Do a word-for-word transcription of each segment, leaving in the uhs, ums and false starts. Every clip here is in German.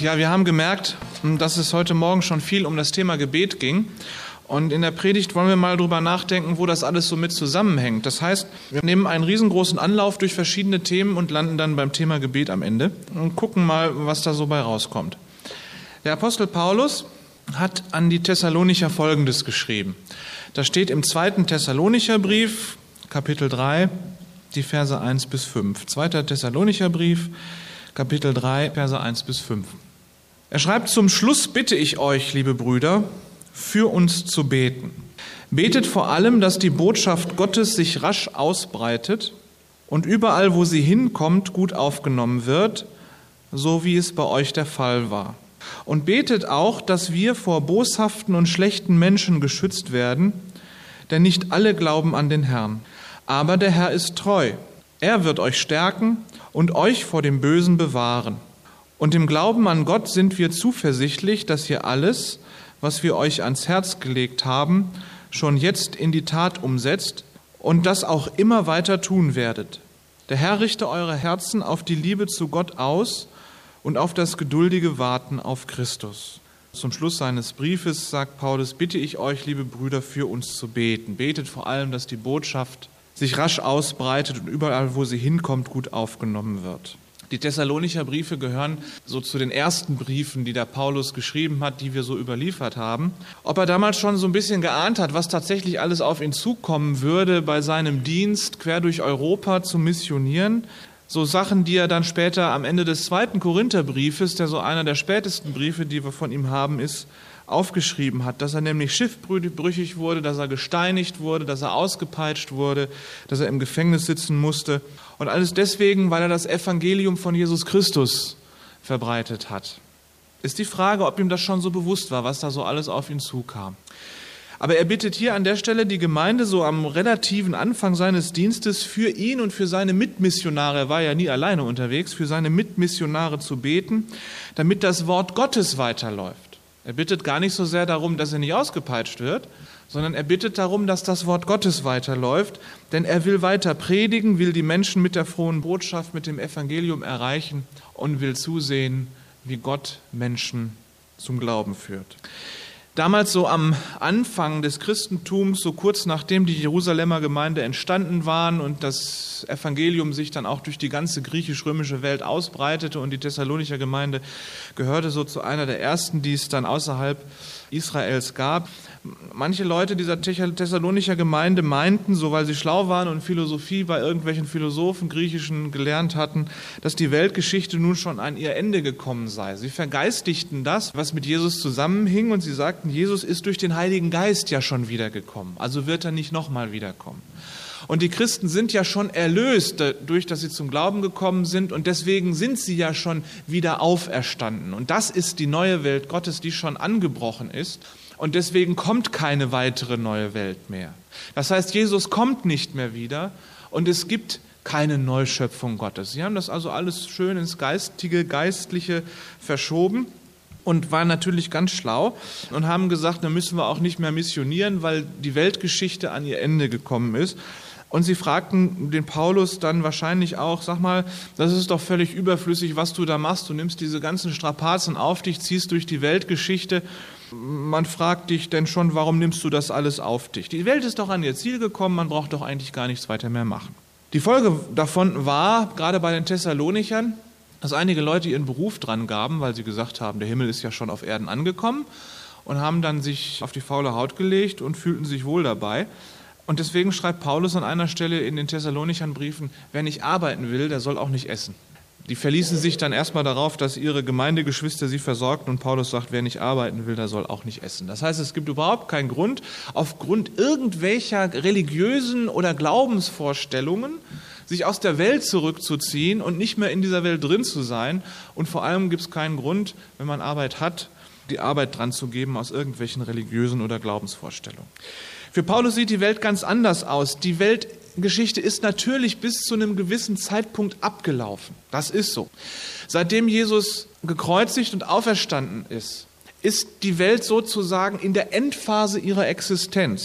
Ja, wir haben gemerkt, dass es heute Morgen schon viel um das Thema Gebet ging. Und in der Predigt wollen wir mal drüber nachdenken, wo das alles so mit zusammenhängt. Das heißt, wir nehmen einen riesengroßen Anlauf durch verschiedene Themen und landen dann beim Thema Gebet am Ende und gucken mal, was da so bei rauskommt. Der Apostel Paulus hat an die Thessalonicher Folgendes geschrieben. Da steht im zweiten Thessalonicher Brief, Kapitel drei, die Verse eins bis fünf. Zweiter Thessalonicher Brief, Kapitel drei, Verse eins bis fünf. Er schreibt: Zum Schluss bitte ich euch, liebe Brüder, für uns zu beten. Betet vor allem, dass die Botschaft Gottes sich rasch ausbreitet und überall, wo sie hinkommt, gut aufgenommen wird, so wie es bei euch der Fall war. Und betet auch, dass wir vor boshaften und schlechten Menschen geschützt werden, denn nicht alle glauben an den Herrn. Aber der Herr ist treu. Er wird euch stärken und euch vor dem Bösen bewahren. Und im Glauben an Gott sind wir zuversichtlich, dass ihr alles, was wir euch ans Herz gelegt haben, schon jetzt in die Tat umsetzt und das auch immer weiter tun werdet. Der Herr richte eure Herzen auf die Liebe zu Gott aus und auf das geduldige Warten auf Christus. Zum Schluss seines Briefes sagt Paulus: Bitte ich euch, liebe Brüder, für uns zu beten. Betet vor allem, dass die Botschaft sich rasch ausbreitet und überall, wo sie hinkommt, gut aufgenommen wird. Die Thessalonicher Briefe gehören so zu den ersten Briefen, die der Paulus geschrieben hat, die wir so überliefert haben. Ob er damals schon so ein bisschen geahnt hat, was tatsächlich alles auf ihn zukommen würde bei seinem Dienst quer durch Europa zu missionieren, so Sachen, die er dann später am Ende des zweiten Korintherbriefes, der so einer der spätesten Briefe, die wir von ihm haben, ist, aufgeschrieben hat, dass er nämlich schiffbrüchig wurde, dass er gesteinigt wurde, dass er ausgepeitscht wurde, dass er im Gefängnis sitzen musste. Und alles deswegen, weil er das Evangelium von Jesus Christus verbreitet hat. Ist die Frage, ob ihm das schon so bewusst war, was da so alles auf ihn zukam. Aber er bittet hier an der Stelle die Gemeinde so am relativen Anfang seines Dienstes für ihn und für seine Mitmissionare, er war ja nie alleine unterwegs, für seine Mitmissionare zu beten, damit das Wort Gottes weiterläuft. Er bittet gar nicht so sehr darum, dass er nicht ausgepeitscht wird, sondern er bittet darum, dass das Wort Gottes weiterläuft, denn er will weiter predigen, will die Menschen mit der frohen Botschaft, mit dem Evangelium erreichen und will zusehen, wie Gott Menschen zum Glauben führt. Damals so am Anfang des Christentums, so kurz nachdem die Jerusalemer Gemeinde entstanden waren und das Evangelium sich dann auch durch die ganze griechisch-römische Welt ausbreitete und die Thessalonicher Gemeinde gehörte so zu einer der ersten, die es dann außerhalb Israels gab. Manche Leute dieser Thessalonicher Gemeinde meinten, so weil sie schlau waren und Philosophie bei irgendwelchen Philosophen griechischen gelernt hatten, dass die Weltgeschichte nun schon an ihr Ende gekommen sei. Sie vergeistigten das, was mit Jesus zusammenhing, und sie sagten, Jesus ist durch den Heiligen Geist ja schon wiedergekommen, also wird er nicht nochmal wiederkommen. Und die Christen sind ja schon erlöst dadurch, dass sie zum Glauben gekommen sind, und deswegen sind sie ja schon wieder auferstanden. Und das ist die neue Welt Gottes, die schon angebrochen ist. Und deswegen kommt keine weitere neue Welt mehr. Das heißt, Jesus kommt nicht mehr wieder und es gibt keine Neuschöpfung Gottes. Sie haben das also alles schön ins Geistige, Geistliche verschoben und waren natürlich ganz schlau und haben gesagt, dann müssen wir auch nicht mehr missionieren, weil die Weltgeschichte an ihr Ende gekommen ist. Und sie fragten den Paulus dann wahrscheinlich auch, sag mal, das ist doch völlig überflüssig, was du da machst. Du nimmst diese ganzen Strapazen auf dich, ziehst durch die Weltgeschichte. Man fragt dich denn schon, warum nimmst du das alles auf dich? Die Welt ist doch an ihr Ziel gekommen, man braucht doch eigentlich gar nichts weiter mehr machen. Die Folge davon war, gerade bei den Thessalonichern, dass einige Leute ihren Beruf dran gaben, weil sie gesagt haben, der Himmel ist ja schon auf Erden angekommen, und haben dann sich auf die faule Haut gelegt und fühlten sich wohl dabei. Und deswegen schreibt Paulus an einer Stelle in den Thessalonichern Briefen, wer nicht arbeiten will, der soll auch nicht essen. Die verließen sich dann erstmal darauf, dass ihre Gemeindegeschwister sie versorgten, und Paulus sagt, wer nicht arbeiten will, der soll auch nicht essen. Das heißt, es gibt überhaupt keinen Grund, aufgrund irgendwelcher religiösen oder Glaubensvorstellungen sich aus der Welt zurückzuziehen und nicht mehr in dieser Welt drin zu sein. Und vor allem gibt es keinen Grund, wenn man Arbeit hat, die Arbeit dran zu geben aus irgendwelchen religiösen oder Glaubensvorstellungen. Für Paulus sieht die Welt ganz anders aus. Die Weltgeschichte ist natürlich bis zu einem gewissen Zeitpunkt abgelaufen. Das ist so. Seitdem Jesus gekreuzigt und auferstanden ist, ist die Welt sozusagen in der Endphase ihrer Existenz.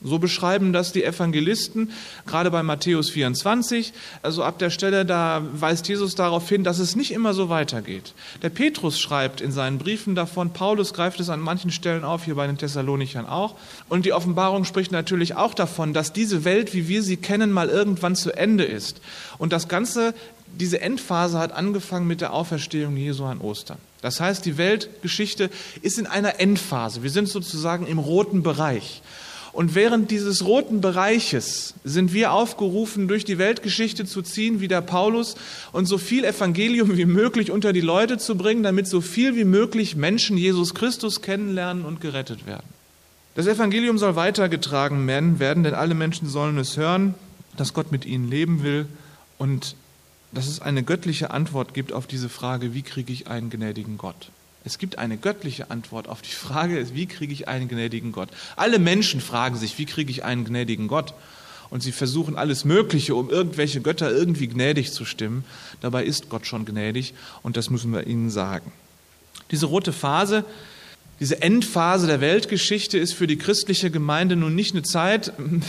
So beschreiben das die Evangelisten, gerade bei Matthäus vierundzwanzig. Also ab der Stelle, da weist Jesus darauf hin, dass es nicht immer so weitergeht. Der Petrus schreibt in seinen Briefen davon, Paulus greift es an manchen Stellen auf, hier bei den Thessalonichern auch. Und die Offenbarung spricht natürlich auch davon, dass diese Welt, wie wir sie kennen, mal irgendwann zu Ende ist. Und das Ganze, diese Endphase hat angefangen mit der Auferstehung Jesu an Ostern. Das heißt, die Weltgeschichte ist in einer Endphase. Wir sind sozusagen im roten Bereich. Und während dieses roten Bereiches sind wir aufgerufen, durch die Weltgeschichte zu ziehen, wie der Paulus, und so viel Evangelium wie möglich unter die Leute zu bringen, damit so viel wie möglich Menschen Jesus Christus kennenlernen und gerettet werden. Das Evangelium soll weitergetragen werden, denn alle Menschen sollen es hören, dass Gott mit ihnen leben will und dass es eine göttliche Antwort gibt auf diese Frage, wie kriege ich einen gnädigen Gott? Es gibt eine göttliche Antwort auf die Frage, wie kriege ich einen gnädigen Gott? Alle Menschen fragen sich, wie kriege ich einen gnädigen Gott? Und sie versuchen alles Mögliche, um irgendwelche Götter irgendwie gnädig zu stimmen. Dabei ist Gott schon gnädig und das müssen wir ihnen sagen. Diese rote Phase, diese Endphase der Weltgeschichte ist für die christliche Gemeinde nun nicht eine Zeit,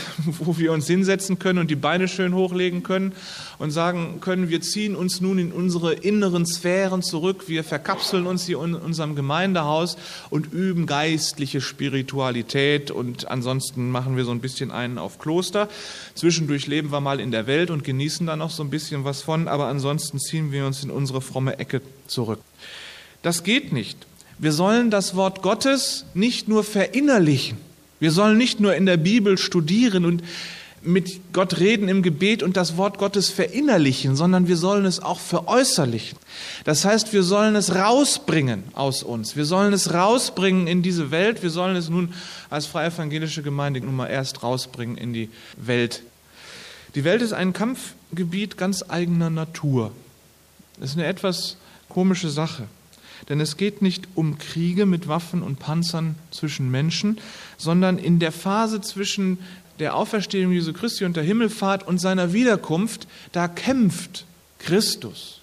wo wir uns hinsetzen können und die Beine schön hochlegen können und sagen können, wir ziehen uns nun in unsere inneren Sphären zurück, wir verkapseln uns hier in unserem Gemeindehaus und üben geistliche Spiritualität und ansonsten machen wir so ein bisschen einen auf Kloster. Zwischendurch leben wir mal in der Welt und genießen da noch so ein bisschen was von, aber ansonsten ziehen wir uns in unsere fromme Ecke zurück. Das geht nicht. Wir sollen das Wort Gottes nicht nur verinnerlichen. Wir sollen nicht nur in der Bibel studieren und mit Gott reden im Gebet und das Wort Gottes verinnerlichen, sondern wir sollen es auch veräußerlichen. Das heißt, wir sollen es rausbringen aus uns. Wir sollen es rausbringen in diese Welt. Wir sollen es nun als Freie Evangelische Gemeinde nun mal erst rausbringen in die Welt. Die Welt ist ein Kampfgebiet ganz eigener Natur. Das ist eine etwas komische Sache. Denn es geht nicht um Kriege mit Waffen und Panzern zwischen Menschen, sondern in der Phase zwischen der Auferstehung Jesu Christi und der Himmelfahrt und seiner Wiederkunft, da kämpft Christus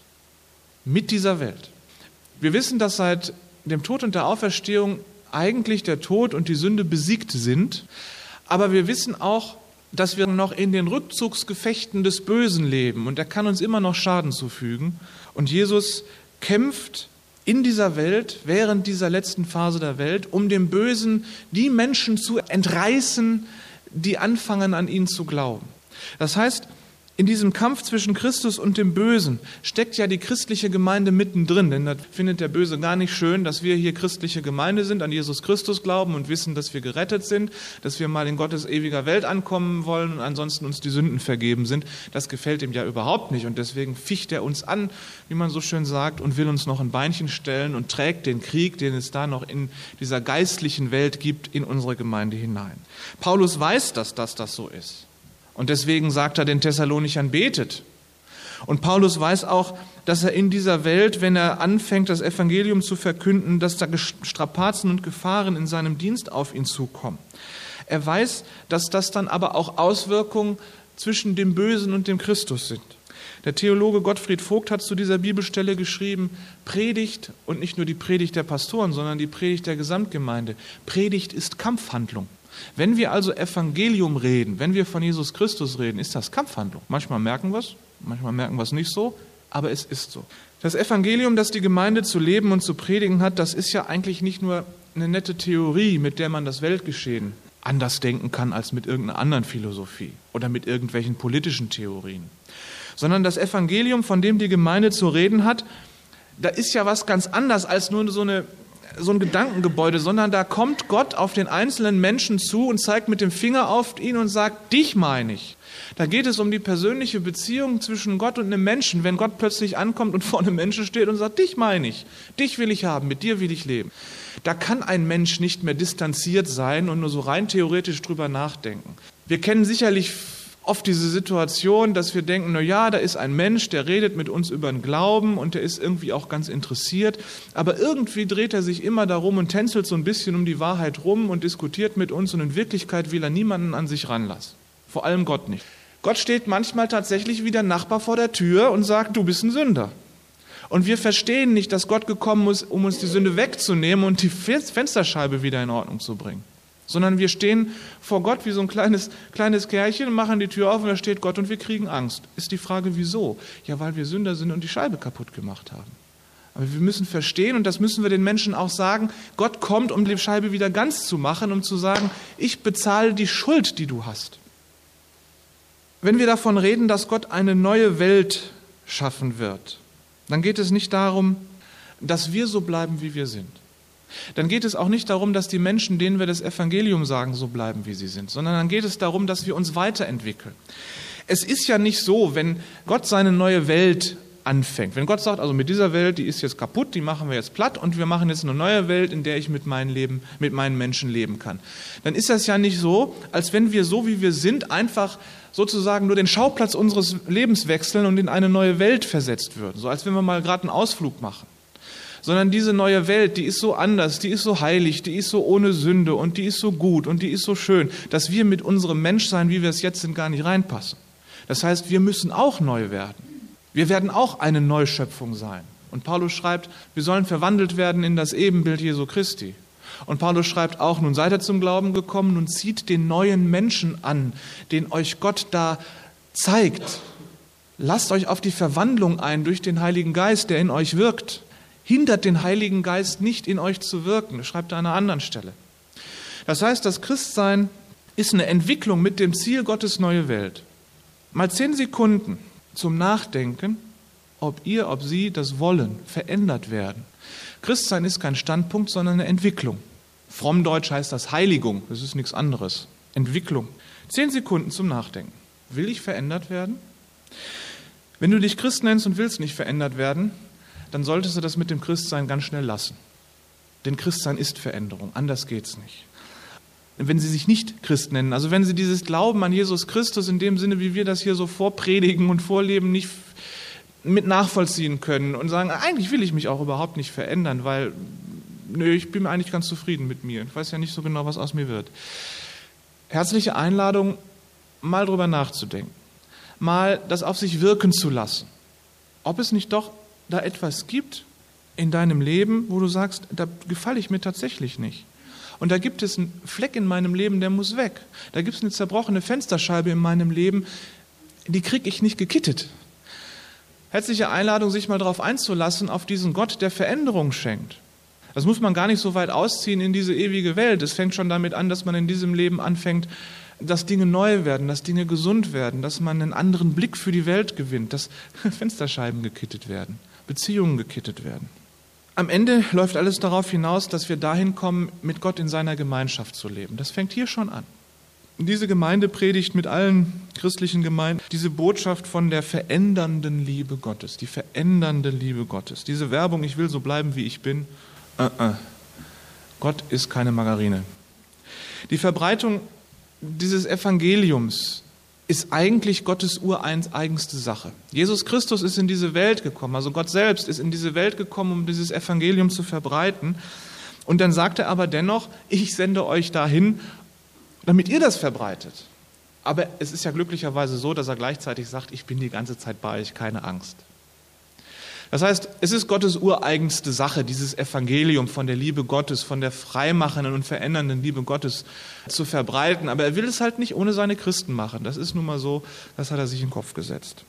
mit dieser Welt. Wir wissen, dass seit dem Tod und der Auferstehung eigentlich der Tod und die Sünde besiegt sind, aber wir wissen auch, dass wir noch in den Rückzugsgefechten des Bösen leben und er kann uns immer noch Schaden zufügen. Und Jesus kämpft in dieser Welt, während dieser letzten Phase der Welt, um dem Bösen die Menschen zu entreißen, die anfangen, an ihn zu glauben. Das heißt, in diesem Kampf zwischen Christus und dem Bösen steckt ja die christliche Gemeinde mittendrin, denn das findet der Böse gar nicht schön, dass wir hier christliche Gemeinde sind, an Jesus Christus glauben und wissen, dass wir gerettet sind, dass wir mal in Gottes ewiger Welt ankommen wollen und ansonsten uns die Sünden vergeben sind. Das gefällt ihm ja überhaupt nicht und deswegen ficht er uns an, wie man so schön sagt, und will uns noch ein Beinchen stellen und trägt den Krieg, den es da noch in dieser geistlichen Welt gibt, in unsere Gemeinde hinein. Paulus weiß, dass das, das so ist. Und deswegen sagt er den Thessalonichern, betet. Und Paulus weiß auch, dass er in dieser Welt, wenn er anfängt, das Evangelium zu verkünden, dass da Strapazen und Gefahren in seinem Dienst auf ihn zukommen. Er weiß, dass das dann aber auch Auswirkungen zwischen dem Bösen und dem Christus sind. Der Theologe Gottfried Vogt hat zu dieser Bibelstelle geschrieben, Predigt, und nicht nur die Predigt der Pastoren, sondern die Predigt der Gesamtgemeinde. Predigt ist Kampfhandlung. Wenn wir also Evangelium reden, wenn wir von Jesus Christus reden, ist das Kampfhandlung. Manchmal merken wir es, manchmal merken wir es nicht so, aber es ist so. Das Evangelium, das die Gemeinde zu leben und zu predigen hat, das ist ja eigentlich nicht nur eine nette Theorie, mit der man das Weltgeschehen anders denken kann als mit irgendeiner anderen Philosophie oder mit irgendwelchen politischen Theorien, sondern das Evangelium, von dem die Gemeinde zu reden hat, da ist ja was ganz anderes als nur so eine so ein Gedankengebäude, sondern da kommt Gott auf den einzelnen Menschen zu und zeigt mit dem Finger auf ihn und sagt, dich meine ich. Da geht es um die persönliche Beziehung zwischen Gott und einem Menschen, wenn Gott plötzlich ankommt und vor einem Menschen steht und sagt, dich meine ich, dich will ich haben, mit dir will ich leben. Da kann ein Mensch nicht mehr distanziert sein und nur so rein theoretisch drüber nachdenken. Wir kennen sicherlich oft diese Situation, dass wir denken, na ja, da ist ein Mensch, der redet mit uns über den Glauben und der ist irgendwie auch ganz interessiert, aber irgendwie dreht er sich immer darum und tänzelt so ein bisschen um die Wahrheit rum und diskutiert mit uns und in Wirklichkeit will er niemanden an sich ranlassen. Vor allem Gott nicht. Gott steht manchmal tatsächlich wie der Nachbar vor der Tür und sagt, du bist ein Sünder. Und wir verstehen nicht, dass Gott gekommen ist, um uns die Sünde wegzunehmen und die Fensterscheibe wieder in Ordnung zu bringen. sondern wir stehen vor Gott wie so ein kleines, kleines Kerlchen und machen die Tür auf und da steht Gott und wir kriegen Angst. Ist die Frage, wieso? Ja, weil wir Sünder sind und die Scheibe kaputt gemacht haben. Aber wir müssen verstehen, und das müssen wir den Menschen auch sagen, Gott kommt, um die Scheibe wieder ganz zu machen, um zu sagen, ich bezahle die Schuld, die du hast. Wenn wir davon reden, dass Gott eine neue Welt schaffen wird, dann geht es nicht darum, dass wir so bleiben, wie wir sind. Dann geht es auch nicht darum, dass die Menschen, denen wir das Evangelium sagen, so bleiben, wie sie sind, sondern dann geht es darum, dass wir uns weiterentwickeln. Es ist ja nicht so, wenn Gott seine neue Welt anfängt. Wenn Gott sagt, also mit dieser Welt, die ist jetzt kaputt, die machen wir jetzt platt und wir machen jetzt eine neue Welt, in der ich mit meinem Leben, mit meinen Menschen leben kann. Dann ist das ja nicht so, als wenn wir so, wie wir sind, einfach sozusagen nur den Schauplatz unseres Lebens wechseln und in eine neue Welt versetzt würden. So als wenn wir mal gerade einen Ausflug machen. Sondern diese neue Welt, die ist so anders, die ist so heilig, die ist so ohne Sünde und die ist so gut und die ist so schön, dass wir mit unserem Menschsein, wie wir es jetzt sind, gar nicht reinpassen. Das heißt, wir müssen auch neu werden. Wir werden auch eine Neuschöpfung sein. Und Paulus schreibt, wir sollen verwandelt werden in das Ebenbild Jesu Christi. Und Paulus schreibt auch, nun seid ihr zum Glauben gekommen, nun zieht den neuen Menschen an, den euch Gott da zeigt. Lasst euch auf die Verwandlung ein durch den Heiligen Geist, der in euch wirkt. Hindert den Heiligen Geist nicht, in euch zu wirken. Das schreibt er an einer anderen Stelle. Das heißt, das Christsein ist eine Entwicklung mit dem Ziel Gottes neue Welt. Mal zehn Sekunden zum Nachdenken, ob ihr, ob sie das wollen, verändert werden. Christsein ist kein Standpunkt, sondern eine Entwicklung. Frommdeutsch heißt das Heiligung, das ist nichts anderes. Entwicklung. Zehn Sekunden zum Nachdenken. Will ich verändert werden? Wenn du dich Christ nennst und willst nicht verändert werden, dann solltest du das mit dem Christsein ganz schnell lassen. Denn Christsein ist Veränderung, anders geht's nicht. Wenn sie sich nicht Christ nennen, also wenn sie dieses Glauben an Jesus Christus in dem Sinne, wie wir das hier so vorpredigen und vorleben, nicht mit nachvollziehen können und sagen, eigentlich will ich mich auch überhaupt nicht verändern, weil nö, ich bin eigentlich ganz zufrieden mit mir. Ich weiß ja nicht so genau, was aus mir wird. Herzliche Einladung, mal drüber nachzudenken, mal das auf sich wirken zu lassen. Ob es nicht doch da etwas gibt in deinem Leben, wo du sagst, da gefalle ich mir tatsächlich nicht. Und da gibt es einen Fleck in meinem Leben, der muss weg. Da gibt es eine zerbrochene Fensterscheibe in meinem Leben, die kriege ich nicht gekittet. Herzliche Einladung, sich mal darauf einzulassen, auf diesen Gott, der Veränderung schenkt. Das muss man gar nicht so weit ausziehen in diese ewige Welt. Es fängt schon damit an, dass man in diesem Leben anfängt, dass Dinge neu werden, dass Dinge gesund werden, dass man einen anderen Blick für die Welt gewinnt, dass Fensterscheiben gekittet werden, Beziehungen gekittet werden. Am Ende läuft alles darauf hinaus, dass wir dahin kommen, mit Gott in seiner Gemeinschaft zu leben. Das fängt hier schon an. Diese Gemeinde predigt mit allen christlichen Gemeinden diese Botschaft von der verändernden Liebe Gottes, die verändernde Liebe Gottes. Diese Werbung, ich will so bleiben, wie ich bin, uh -uh. Gott ist keine Margarine. Die Verbreitung dieses Evangeliums ist eigentlich Gottes ureigenste Sache. Jesus Christus ist in diese Welt gekommen, also Gott selbst ist in diese Welt gekommen, um dieses Evangelium zu verbreiten. Und dann sagt er aber dennoch, ich sende euch dahin, damit ihr das verbreitet. Aber es ist ja glücklicherweise so, dass er gleichzeitig sagt, ich bin die ganze Zeit bei euch, keine Angst. Das heißt, es ist Gottes ureigenste Sache, dieses Evangelium von der Liebe Gottes, von der freimachenden und verändernden Liebe Gottes zu verbreiten. Aber er will es halt nicht ohne seine Christen machen. Das ist nun mal so, das hat er sich in den Kopf gesetzt.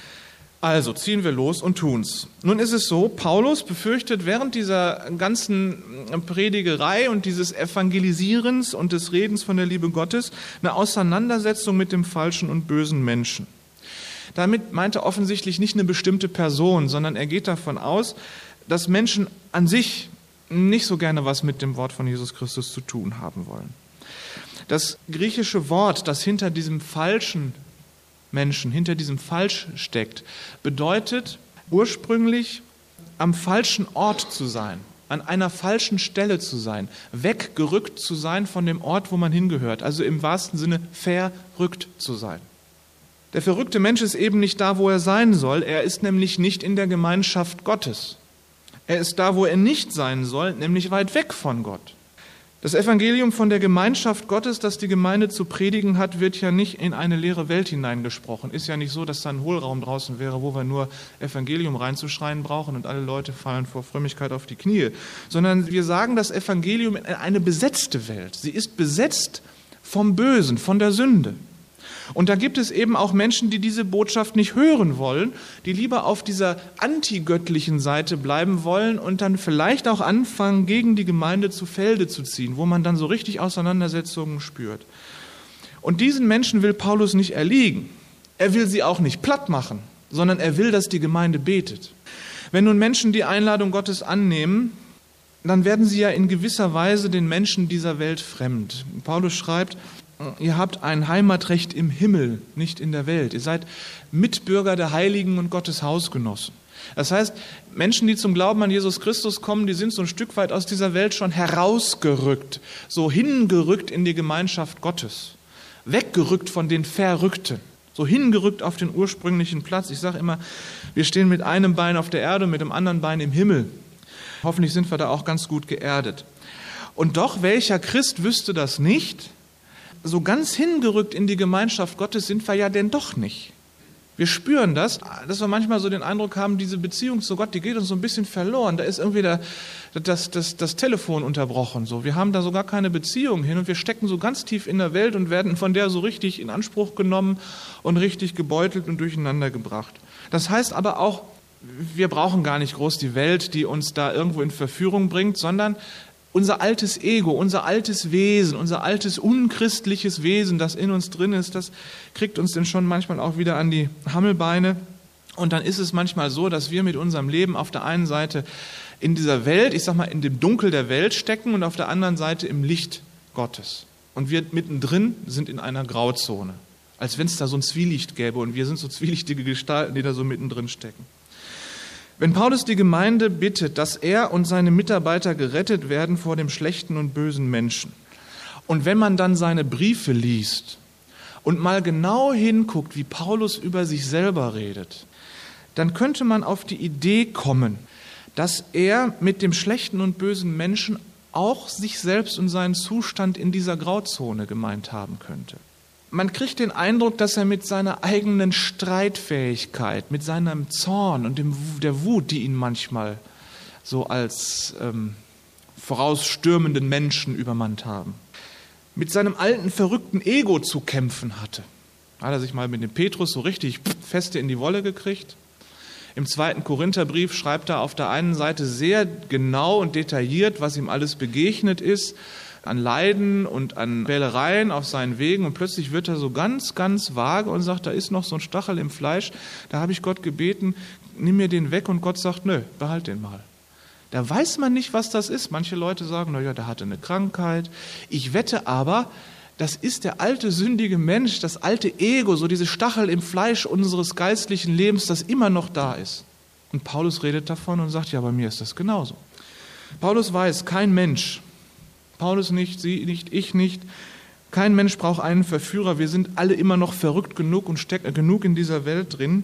Also ziehen wir los und tun's. Nun ist es so, Paulus befürchtet während dieser ganzen Predigerei und dieses Evangelisierens und des Redens von der Liebe Gottes eine Auseinandersetzung mit dem falschen und bösen Menschen. Damit meint er offensichtlich nicht eine bestimmte Person, sondern er geht davon aus, dass Menschen an sich nicht so gerne was mit dem Wort von Jesus Christus zu tun haben wollen. Das griechische Wort, das hinter diesem falschen Menschen, hinter diesem Falsch steckt, bedeutet ursprünglich am falschen Ort zu sein, an einer falschen Stelle zu sein, weggerückt zu sein von dem Ort, wo man hingehört, also im wahrsten Sinne verrückt zu sein. Der verrückte Mensch ist eben nicht da, wo er sein soll. Er ist nämlich nicht in der Gemeinschaft Gottes. Er ist da, wo er nicht sein soll, nämlich weit weg von Gott. Das Evangelium von der Gemeinschaft Gottes, das die Gemeinde zu predigen hat, wird ja nicht in eine leere Welt hineingesprochen. Ist ja nicht so, dass da ein Hohlraum draußen wäre, wo wir nur Evangelium reinzuschreien brauchen und alle Leute fallen vor Frömmigkeit auf die Knie. Sondern wir sagen das Evangelium in eine besetzte Welt. Sie ist besetzt vom Bösen, von der Sünde. Und da gibt es eben auch Menschen, die diese Botschaft nicht hören wollen, die lieber auf dieser antigöttlichen Seite bleiben wollen und dann vielleicht auch anfangen, gegen die Gemeinde zu Felde zu ziehen, wo man dann so richtig Auseinandersetzungen spürt. Und diesen Menschen will Paulus nicht erliegen. Er will sie auch nicht platt machen, sondern er will, dass die Gemeinde betet. Wenn nun Menschen die Einladung Gottes annehmen, dann werden sie ja in gewisser Weise den Menschen dieser Welt fremd. Paulus schreibt, ihr habt ein Heimatrecht im Himmel, nicht in der Welt. Ihr seid Mitbürger der Heiligen und Gottes Hausgenossen. Das heißt, Menschen, die zum Glauben an Jesus Christus kommen, die sind so ein Stück weit aus dieser Welt schon herausgerückt, so hingerückt in die Gemeinschaft Gottes, weggerückt von den Verrückten, so hingerückt auf den ursprünglichen Platz. Ich sage immer, wir stehen mit einem Bein auf der Erde und mit dem anderen Bein im Himmel. Hoffentlich sind wir da auch ganz gut geerdet. Und doch, welcher Christ wüsste das nicht? So ganz hingerückt in die Gemeinschaft Gottes sind wir ja denn doch nicht. Wir spüren das, dass wir manchmal so den Eindruck haben, diese Beziehung zu Gott, die geht uns so ein bisschen verloren. Da ist irgendwie der, das, das, das Telefon unterbrochen. So. Wir haben da so gar keine Beziehung hin und wir stecken so ganz tief in der Welt und werden von der so richtig in Anspruch genommen und richtig gebeutelt und durcheinander gebracht. Das heißt aber auch, wir brauchen gar nicht groß die Welt, die uns da irgendwo in Verführung bringt, sondern unser altes Ego, unser altes Wesen, unser altes unchristliches Wesen, das in uns drin ist, das kriegt uns dann schon manchmal auch wieder an die Hammelbeine. Und dann ist es manchmal so, dass wir mit unserem Leben auf der einen Seite in dieser Welt, ich sag mal, in dem Dunkel der Welt stecken und auf der anderen Seite im Licht Gottes. Und wir mittendrin sind in einer Grauzone, als wenn es da so ein Zwielicht gäbe und wir sind so zwielichtige Gestalten, die da so mittendrin stecken. Wenn Paulus die Gemeinde bittet, dass er und seine Mitarbeiter gerettet werden vor dem schlechten und bösen Menschen, und wenn man dann seine Briefe liest und mal genau hinguckt, wie Paulus über sich selber redet, dann könnte man auf die Idee kommen, dass er mit dem schlechten und bösen Menschen auch sich selbst und seinen Zustand in dieser Grauzone gemeint haben könnte. Man kriegt den Eindruck, dass er mit seiner eigenen Streitfähigkeit, mit seinem Zorn und dem, der Wut, die ihn manchmal so als ähm, vorausstürmenden Menschen übermannt haben, mit seinem alten, verrückten Ego zu kämpfen hatte. Da hat er sich mal mit dem Petrus so richtig feste in die Wolle gekriegt. Im zweiten Korintherbrief schreibt er auf der einen Seite sehr genau und detailliert, was ihm alles begegnet ist, an Leiden und an Quälereien auf seinen Wegen, und plötzlich wird er so ganz, ganz vage und sagt, da ist noch so ein Stachel im Fleisch, da habe ich Gott gebeten, nimm mir den weg, und Gott sagt, nö, behalt den mal. Da weiß man nicht, was das ist. Manche Leute sagen, naja, der hatte eine Krankheit. Ich wette aber, das ist der alte, sündige Mensch, das alte Ego, so diese Stachel im Fleisch unseres geistlichen Lebens, das immer noch da ist. Und Paulus redet davon und sagt, ja, bei mir ist das genauso. Paulus weiß, kein Mensch, Paulus nicht, Sie nicht, ich nicht. Kein Mensch braucht einen Verführer. Wir sind alle immer noch verrückt genug und stecken genug in dieser Welt drin.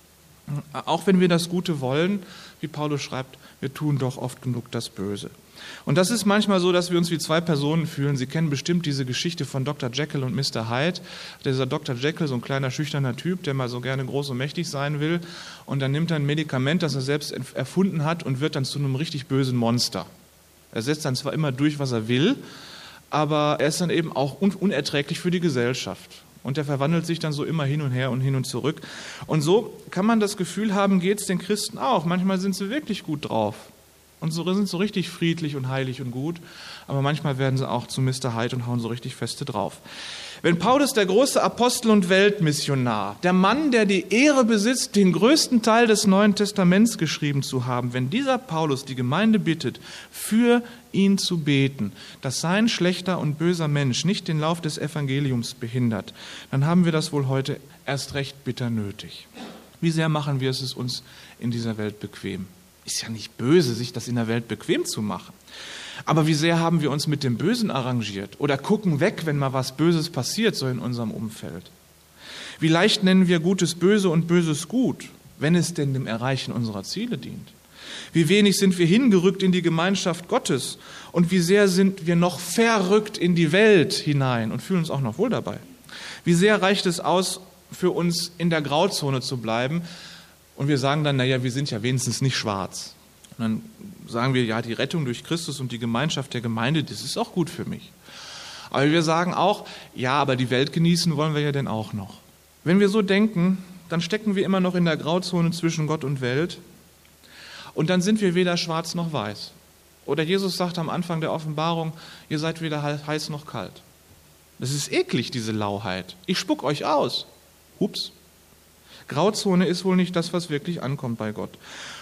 Auch wenn wir das Gute wollen, wie Paulus schreibt, wir tun doch oft genug das Böse. Und das ist manchmal so, dass wir uns wie zwei Personen fühlen. Sie kennen bestimmt diese Geschichte von Doktor Jekyll und Mister Hyde. Dieser Doktor Jekyll, so ein kleiner, schüchterner Typ, der mal so gerne groß und mächtig sein will. Und dann nimmt er ein Medikament, das er selbst erfunden hat, und wird dann zu einem richtig bösen Monster. Er setzt dann zwar immer durch, was er will, aber er ist dann eben auch unerträglich für die Gesellschaft. Und er verwandelt sich dann so immer hin und her und hin und zurück. Und so kann man das Gefühl haben, geht es den Christen auch. Manchmal sind sie wirklich gut drauf und so sind so richtig friedlich und heilig und gut, aber manchmal werden sie auch zu Mister Hyde und hauen so richtig feste drauf. Wenn Paulus, der große Apostel und Weltmissionar, der Mann, der die Ehre besitzt, den größten Teil des Neuen Testaments geschrieben zu haben, wenn dieser Paulus die Gemeinde bittet, für ihn zu beten, dass sein schlechter und böser Mensch nicht den Lauf des Evangeliums behindert, dann haben wir das wohl heute erst recht bitter nötig. Wie sehr machen wir es uns in dieser Welt bequem? Ist ja nicht böse, sich das in der Welt bequem zu machen. Aber wie sehr haben wir uns mit dem Bösen arrangiert oder gucken weg, wenn mal was Böses passiert, so in unserem Umfeld. Wie leicht nennen wir Gutes böse und Böses gut, wenn es denn dem Erreichen unserer Ziele dient. Wie wenig sind wir hingerückt in die Gemeinschaft Gottes und wie sehr sind wir noch verrückt in die Welt hinein und fühlen uns auch noch wohl dabei. Wie sehr reicht es aus, für uns in der Grauzone zu bleiben und wir sagen dann, naja, wir sind ja wenigstens nicht schwarz. Und dann sagen wir, ja, die Rettung durch Christus und die Gemeinschaft der Gemeinde, das ist auch gut für mich. Aber wir sagen auch, ja, aber die Welt genießen wollen wir ja denn auch noch. Wenn wir so denken, dann stecken wir immer noch in der Grauzone zwischen Gott und Welt und dann sind wir weder schwarz noch weiß. Oder Jesus sagt am Anfang der Offenbarung, ihr seid weder heiß noch kalt. Das ist eklig, diese Lauheit. Ich spuck euch aus. Hups. Grauzone ist wohl nicht das, was wirklich ankommt bei Gott.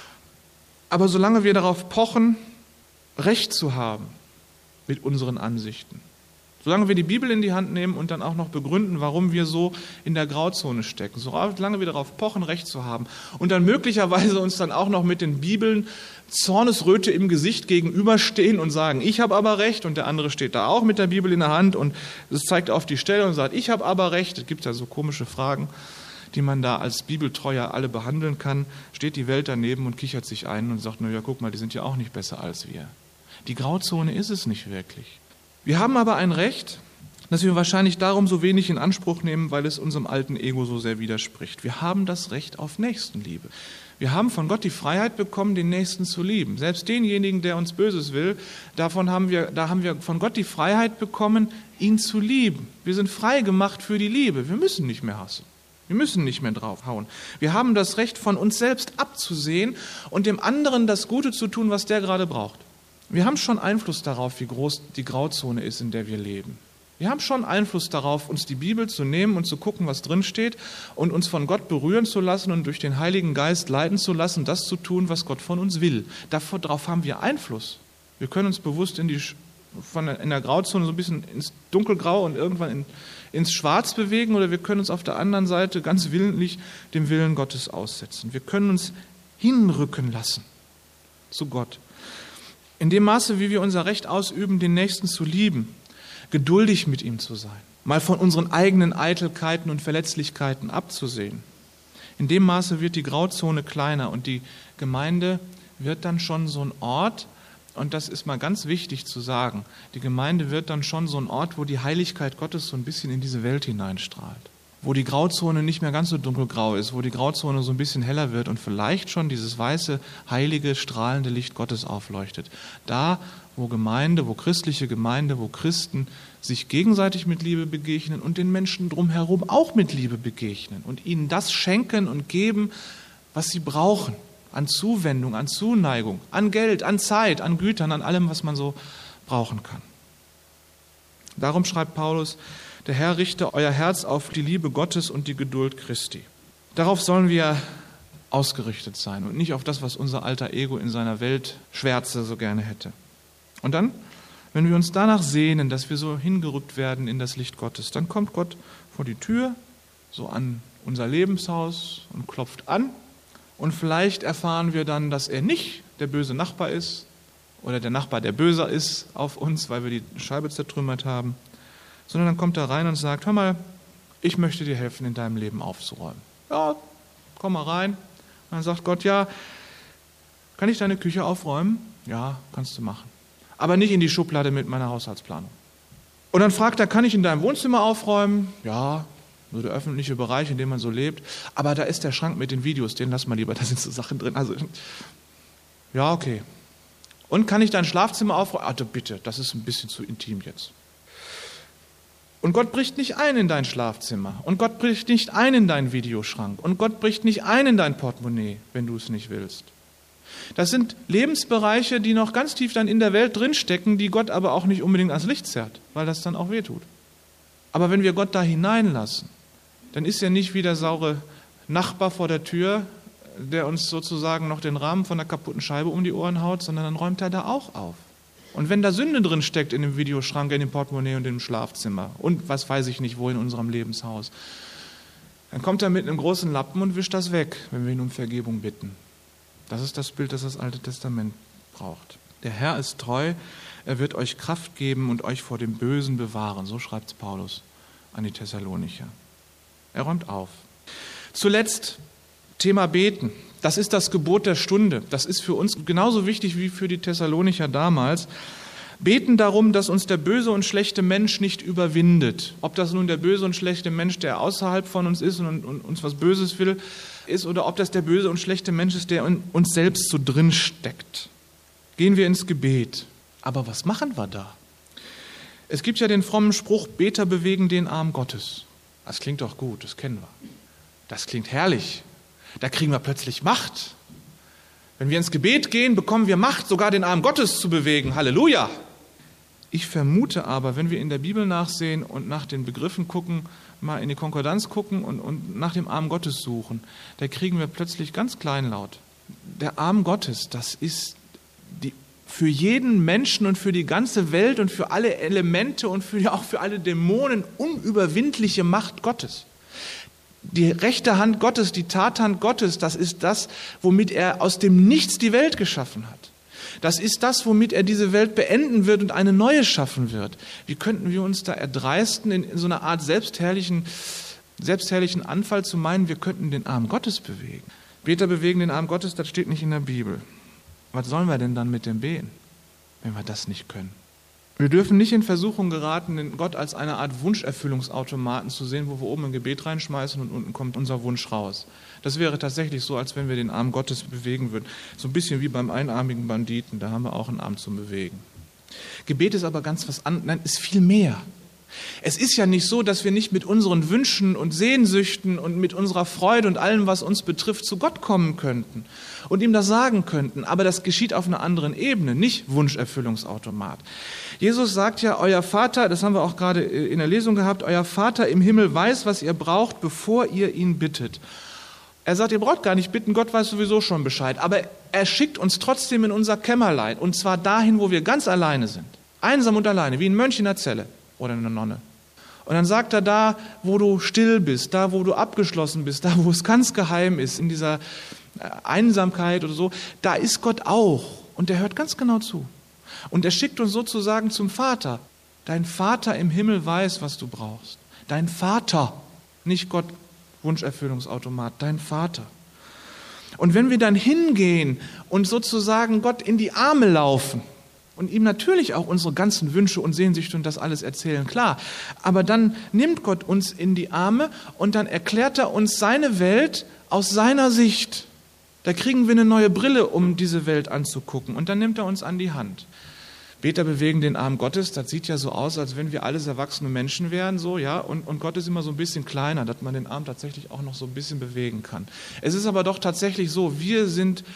Aber solange wir darauf pochen, Recht zu haben mit unseren Ansichten, solange wir die Bibel in die Hand nehmen und dann auch noch begründen, warum wir so in der Grauzone stecken, solange wir darauf pochen, Recht zu haben und dann möglicherweise uns dann auch noch mit den Bibeln Zornesröte im Gesicht gegenüberstehen und sagen, ich habe aber Recht und der andere steht da auch mit der Bibel in der Hand und es zeigt auf die Stelle und sagt, ich habe aber Recht. Es gibt ja so komische Fragen, die man da als Bibeltreuer alle behandeln kann, steht die Welt daneben und kichert sich ein und sagt, na ja, guck mal, die sind ja auch nicht besser als wir. Die Grauzone ist es nicht wirklich. Wir haben aber ein Recht, das wir wahrscheinlich darum so wenig in Anspruch nehmen, weil es unserem alten Ego so sehr widerspricht. Wir haben das Recht auf Nächstenliebe. Wir haben von Gott die Freiheit bekommen, den Nächsten zu lieben. Selbst denjenigen, der uns Böses will, davon haben wir, da haben wir von Gott die Freiheit bekommen, ihn zu lieben. Wir sind frei gemacht für die Liebe. Wir müssen nicht mehr hassen. Wir müssen nicht mehr draufhauen. Wir haben das Recht, von uns selbst abzusehen und dem anderen das Gute zu tun, was der gerade braucht. Wir haben schon Einfluss darauf, wie groß die Grauzone ist, in der wir leben. Wir haben schon Einfluss darauf, uns die Bibel zu nehmen und zu gucken, was drin steht und uns von Gott berühren zu lassen und durch den Heiligen Geist leiten zu lassen, das zu tun, was Gott von uns will. Darauf haben wir Einfluss. Wir können uns bewusst in, die, von der, in der Grauzone so ein bisschen ins Dunkelgrau und irgendwann in, ins Schwarz bewegen oder wir können uns auf der anderen Seite ganz willentlich dem Willen Gottes aussetzen. Wir können uns hinrücken lassen zu Gott. In dem Maße, wie wir unser Recht ausüben, den Nächsten zu lieben, geduldig mit ihm zu sein, mal von unseren eigenen Eitelkeiten und Verletzlichkeiten abzusehen. In dem Maße wird die Grauzone kleiner und die Gemeinde wird dann schon so ein Ort, und das ist mal ganz wichtig zu sagen, die Gemeinde wird dann schon so ein Ort, wo die Heiligkeit Gottes so ein bisschen in diese Welt hineinstrahlt. Wo die Grauzone nicht mehr ganz so dunkelgrau ist, wo die Grauzone so ein bisschen heller wird und vielleicht schon dieses weiße, heilige, strahlende Licht Gottes aufleuchtet. Da, wo Gemeinde, wo christliche Gemeinde, wo Christen sich gegenseitig mit Liebe begegnen und den Menschen drumherum auch mit Liebe begegnen und ihnen das schenken und geben, was sie brauchen, an Zuwendung, an Zuneigung, an Geld, an Zeit, an Gütern, an allem, was man so brauchen kann. Darum schreibt Paulus, der Herr richte euer Herz auf die Liebe Gottes und die Geduld Christi. Darauf sollen wir ausgerichtet sein und nicht auf das, was unser alter Ego in seiner Weltschwärze so gerne hätte. Und dann, wenn wir uns danach sehnen, dass wir so hingerückt werden in das Licht Gottes, dann kommt Gott vor die Tür, so an unser Lebenshaus und klopft an. Und vielleicht erfahren wir dann, dass er nicht der böse Nachbar ist oder der Nachbar, der böser ist auf uns, weil wir die Scheibe zertrümmert haben, sondern dann kommt er rein und sagt, hör mal, ich möchte dir helfen, in deinem Leben aufzuräumen. Ja, komm mal rein. Und dann sagt Gott, ja, kann ich deine Küche aufräumen? Ja, kannst du machen. Aber nicht in die Schublade mit meiner Haushaltsplanung. Und dann fragt er, kann ich in deinem Wohnzimmer aufräumen? Ja, so der öffentliche Bereich, in dem man so lebt. Aber da ist der Schrank mit den Videos, den lass mal lieber, da sind so Sachen drin. Also, ja, okay. Und kann ich dein Schlafzimmer aufräumen? Ah, bitte, das ist ein bisschen zu intim jetzt. Und Gott bricht nicht ein in dein Schlafzimmer. Und Gott bricht nicht ein in deinen Videoschrank. Und Gott bricht nicht ein in dein Portemonnaie, wenn du es nicht willst. Das sind Lebensbereiche, die noch ganz tief dann in der Welt drinstecken, die Gott aber auch nicht unbedingt ans Licht zerrt, weil das dann auch wehtut. Aber wenn wir Gott da hineinlassen, dann ist er nicht wie der saure Nachbar vor der Tür, der uns sozusagen noch den Rahmen von der kaputten Scheibe um die Ohren haut, sondern dann räumt er da auch auf. Und wenn da Sünde drin steckt in dem Videoschrank, in dem Portemonnaie und im Schlafzimmer und was weiß ich nicht wo in unserem Lebenshaus, dann kommt er mit einem großen Lappen und wischt das weg, wenn wir ihn um Vergebung bitten. Das ist das Bild, das das Alte Testament braucht. Der Herr ist treu, er wird euch Kraft geben und euch vor dem Bösen bewahren. So schreibt es Paulus an die Thessalonicher. Er räumt auf. Zuletzt Thema Beten. Das ist das Gebot der Stunde. Das ist für uns genauso wichtig wie für die Thessalonicher damals. Beten darum, dass uns der böse und schlechte Mensch nicht überwindet. Ob das nun der böse und schlechte Mensch, der außerhalb von uns ist und, und uns was Böses will, ist, oder ob das der böse und schlechte Mensch ist, der in uns selbst so drin steckt. Gehen wir ins Gebet. Aber was machen wir da? Es gibt ja den frommen Spruch, Beter bewegen den Arm Gottes. Das klingt doch gut, das kennen wir. Das klingt herrlich. Da kriegen wir plötzlich Macht. Wenn wir ins Gebet gehen, bekommen wir Macht, sogar den Arm Gottes zu bewegen. Halleluja! Ich vermute aber, wenn wir in der Bibel nachsehen und nach den Begriffen gucken, mal in die Konkordanz gucken und, und nach dem Arm Gottes suchen, da kriegen wir plötzlich ganz kleinlaut. Der Arm Gottes, das ist die, für jeden Menschen und für die ganze Welt und für alle Elemente und für, auch für alle Dämonen unüberwindliche Macht Gottes. Die rechte Hand Gottes, die Tathand Gottes, das ist das, womit er aus dem Nichts die Welt geschaffen hat. Das ist das, womit er diese Welt beenden wird und eine neue schaffen wird. Wie könnten wir uns da erdreisten, in, in so einer Art selbstherrlichen, selbstherrlichen Anfall zu meinen, wir könnten den Arm Gottes bewegen? Beter bewegen den Arm Gottes, das steht nicht in der Bibel. Was sollen wir denn dann mit dem beten, wenn wir das nicht können? Wir dürfen nicht in Versuchung geraten, den Gott als eine Art Wunscherfüllungsautomaten zu sehen, wo wir oben ein Gebet reinschmeißen und unten kommt unser Wunsch raus. Das wäre tatsächlich so, als wenn wir den Arm Gottes bewegen würden. So ein bisschen wie beim einarmigen Banditen, da haben wir auch einen Arm zum Bewegen. Gebet ist aber ganz was anderes, nein, ist viel mehr. Es ist ja nicht so, dass wir nicht mit unseren Wünschen und Sehnsüchten und mit unserer Freude und allem, was uns betrifft, zu Gott kommen könnten und ihm das sagen könnten. Aber das geschieht auf einer anderen Ebene, nicht Wunscherfüllungsautomat. Jesus sagt ja, euer Vater, das haben wir auch gerade in der Lesung gehabt, euer Vater im Himmel weiß, was ihr braucht, bevor ihr ihn bittet. Er sagt, ihr braucht gar nicht bitten, Gott weiß sowieso schon Bescheid. Aber er schickt uns trotzdem in unser Kämmerlein, und zwar dahin, wo wir ganz alleine sind. Einsam und alleine, wie ein Mönch in der Zelle. Oder eine Nonne. Und dann sagt er, da, wo du still bist, da, wo du abgeschlossen bist, da, wo es ganz geheim ist, in dieser Einsamkeit oder so, da ist Gott auch. Und der hört ganz genau zu. Und er schickt uns sozusagen zum Vater. Dein Vater im Himmel weiß, was du brauchst. Dein Vater, nicht Gott, Wunscherfüllungsautomat, dein Vater. Und wenn wir dann hingehen und sozusagen Gott in die Arme laufen, und ihm natürlich auch unsere ganzen Wünsche und Sehnsüchte und das alles erzählen, klar. Aber dann nimmt Gott uns in die Arme und dann erklärt er uns seine Welt aus seiner Sicht. Da kriegen wir eine neue Brille, um diese Welt anzugucken. Und dann nimmt er uns an die Hand. Beter bewegen den Arm Gottes, das sieht ja so aus, als wenn wir alles erwachsene Menschen wären, so, ja. Und, und Gott ist immer so ein bisschen kleiner, dass man den Arm tatsächlich auch noch so ein bisschen bewegen kann. Es ist aber doch tatsächlich so, wir sind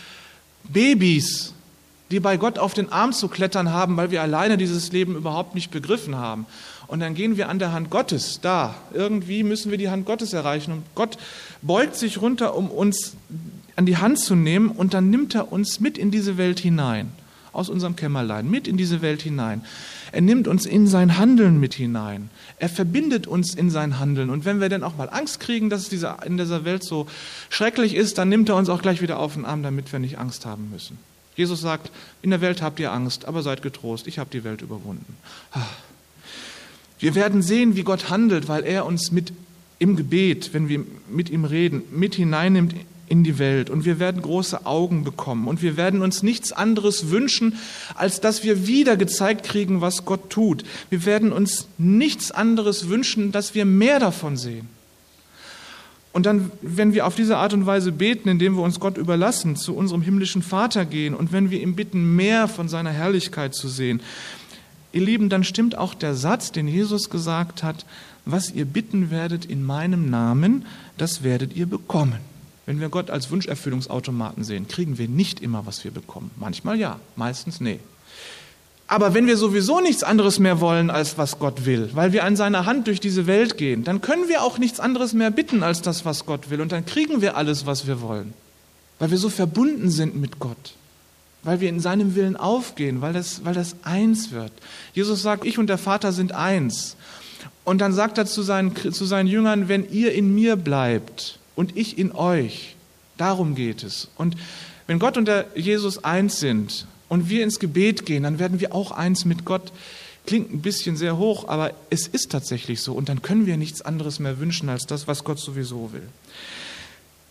Babys, die bei Gott auf den Arm zu klettern haben, weil wir alleine dieses Leben überhaupt nicht begriffen haben. Und dann gehen wir an der Hand Gottes, da, irgendwie müssen wir die Hand Gottes erreichen. Und Gott beugt sich runter, um uns an die Hand zu nehmen, und dann nimmt er uns mit in diese Welt hinein, aus unserem Kämmerlein, mit in diese Welt hinein. Er nimmt uns in sein Handeln mit hinein. Er verbindet uns in sein Handeln. Und wenn wir dann auch mal Angst kriegen, dass es diese, in dieser Welt so schrecklich ist, dann nimmt er uns auch gleich wieder auf den Arm, damit wir nicht Angst haben müssen. Jesus sagt, in der Welt habt ihr Angst, aber seid getrost, ich habe die Welt überwunden. Wir werden sehen, wie Gott handelt, weil er uns mit im Gebet, wenn wir mit ihm reden, mit hineinnimmt in die Welt. Und wir werden große Augen bekommen. Und wir werden uns nichts anderes wünschen, als dass wir wieder gezeigt kriegen, was Gott tut. Wir werden uns nichts anderes wünschen, dass wir mehr davon sehen. Und dann, wenn wir auf diese Art und Weise beten, indem wir uns Gott überlassen, zu unserem himmlischen Vater gehen und wenn wir ihm bitten, mehr von seiner Herrlichkeit zu sehen, ihr Lieben, dann stimmt auch der Satz, den Jesus gesagt hat, was ihr bitten werdet in meinem Namen, das werdet ihr bekommen. Wenn wir Gott als Wunscherfüllungsautomaten sehen, kriegen wir nicht immer, was wir bekommen. Manchmal ja, meistens nee. Aber wenn wir sowieso nichts anderes mehr wollen, als was Gott will, weil wir an seiner Hand durch diese Welt gehen, dann können wir auch nichts anderes mehr bitten, als das, was Gott will. Und dann kriegen wir alles, was wir wollen. Weil wir so verbunden sind mit Gott. Weil wir in seinem Willen aufgehen, weil das, weil das eins wird. Jesus sagt, ich und der Vater sind eins. Und dann sagt er zu seinen, zu seinen Jüngern, wenn ihr in mir bleibt und ich in euch, darum geht es. Und wenn Gott und der Jesus eins sind, und wir ins Gebet gehen, dann werden wir auch eins mit Gott. Klingt ein bisschen sehr hoch, aber es ist tatsächlich so. Und dann können wir nichts anderes mehr wünschen als das, was Gott sowieso will.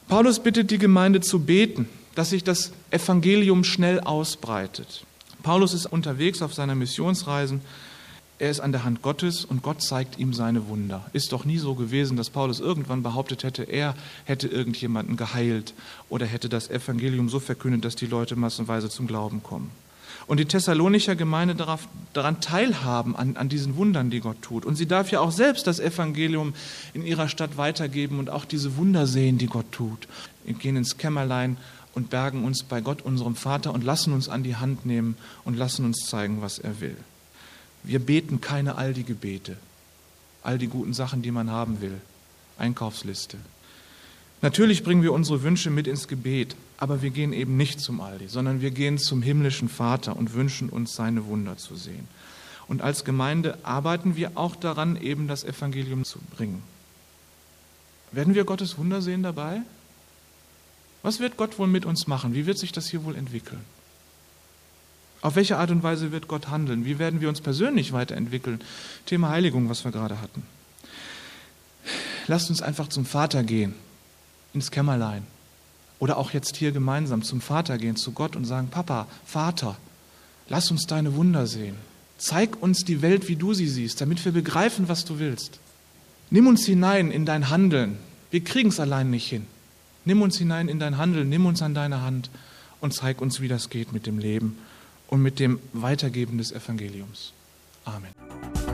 Paulus bittet die Gemeinde zu beten, dass sich das Evangelium schnell ausbreitet. Paulus ist unterwegs auf seiner Missionsreisen. Er ist an der Hand Gottes und Gott zeigt ihm seine Wunder. Ist doch nie so gewesen, dass Paulus irgendwann behauptet hätte, er hätte irgendjemanden geheilt oder hätte das Evangelium so verkündet, dass die Leute massenweise zum Glauben kommen. Und die Thessalonicher Gemeinde darauf, daran teilhaben, an, an diesen Wundern, die Gott tut. Und sie darf ja auch selbst das Evangelium in ihrer Stadt weitergeben und auch diese Wunder sehen, die Gott tut. Wir gehen ins Kämmerlein und bergen uns bei Gott, unserem Vater, und lassen uns an die Hand nehmen und lassen uns zeigen, was er will. Wir beten keine Aldi-Gebete, all die guten Sachen, die man haben will, Einkaufsliste. Natürlich bringen wir unsere Wünsche mit ins Gebet, aber wir gehen eben nicht zum Aldi, sondern wir gehen zum himmlischen Vater und wünschen uns seine Wunder zu sehen. Und als Gemeinde arbeiten wir auch daran, eben das Evangelium zu bringen. Werden wir Gottes Wunder sehen dabei? Was wird Gott wohl mit uns machen? Wie wird sich das hier wohl entwickeln? Auf welche Art und Weise wird Gott handeln? Wie werden wir uns persönlich weiterentwickeln? Thema Heiligung, was wir gerade hatten. Lasst uns einfach zum Vater gehen, ins Kämmerlein. Oder auch jetzt hier gemeinsam zum Vater gehen, zu Gott und sagen, Papa, Vater, lass uns deine Wunder sehen. Zeig uns die Welt, wie du sie siehst, damit wir begreifen, was du willst. Nimm uns hinein in dein Handeln. Wir kriegen es allein nicht hin. Nimm uns hinein in dein Handeln, nimm uns an deine Hand und zeig uns, wie das geht mit dem Leben und mit dem Weitergeben des Evangeliums. Amen.